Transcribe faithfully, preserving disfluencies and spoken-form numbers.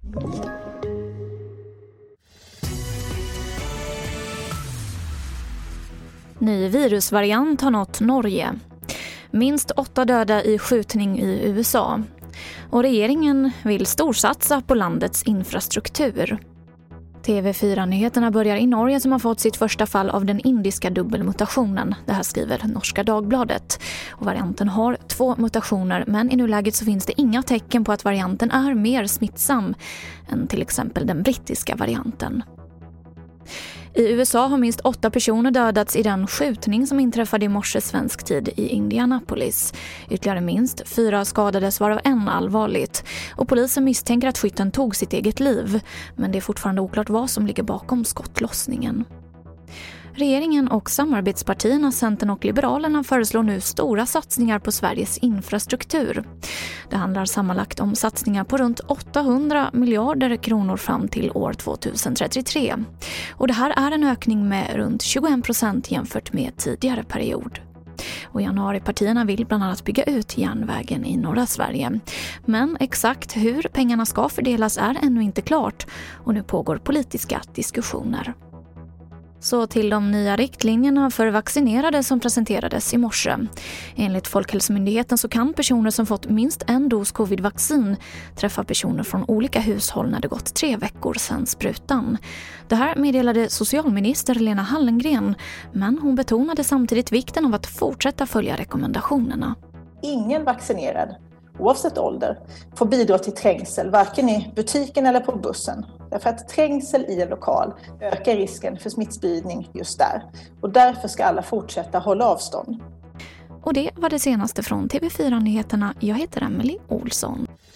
Ny virusvariant har nått Norge. Minst åtta döda i skjutning i U S A. Och regeringen vill storsatsa på landets infrastruktur. T V fyra-nyheterna börjar i Norge som har fått sitt första fall av den indiska dubbelmutationen. Det här skriver Norska Dagbladet. Och varianten har två mutationer, men i nuläget så finns det inga tecken på att varianten är mer smittsam än till exempel den brittiska varianten. I U S A har minst åtta personer dödats i den skjutning som inträffade i morse svensk tid i Indianapolis. Ytterligare minst fyra skadades, varav en allvarligt. Och polisen misstänker att skytten tog sitt eget liv, men det är fortfarande oklart vad som ligger bakom skottlossningen. Regeringen och samarbetspartierna Centern och Liberalerna föreslår nu stora satsningar på Sveriges infrastruktur. Det handlar sammanlagt om satsningar på runt åttahundra miljarder kronor fram till år tjugohundratrettiotre. Och det här är en ökning med runt tjugoen procent jämfört med tidigare period. Och januaripartierna vill bland annat bygga ut järnvägen i norra Sverige. Men exakt hur pengarna ska fördelas är ännu inte klart, och nu pågår politiska diskussioner. Så till de nya riktlinjerna för vaccinerade som presenterades i morse. Enligt Folkhälsomyndigheten så kan personer som fått minst en dos covid-vaccin träffa personer från olika hushåll när det gått tre veckor sedan sprutan. Det här meddelade socialminister Lena Hallengren, men hon betonade samtidigt vikten av att fortsätta följa rekommendationerna. Ingen vaccinerad, oavsett ålder, får bidra till trängsel, varken i butiken eller på bussen. Därför att trängsel i en lokal ökar risken för smittspridning just där. Och därför ska alla fortsätta hålla avstånd. Och det var det senaste från T V fyra-nyheterna. Jag heter Emily Olsson.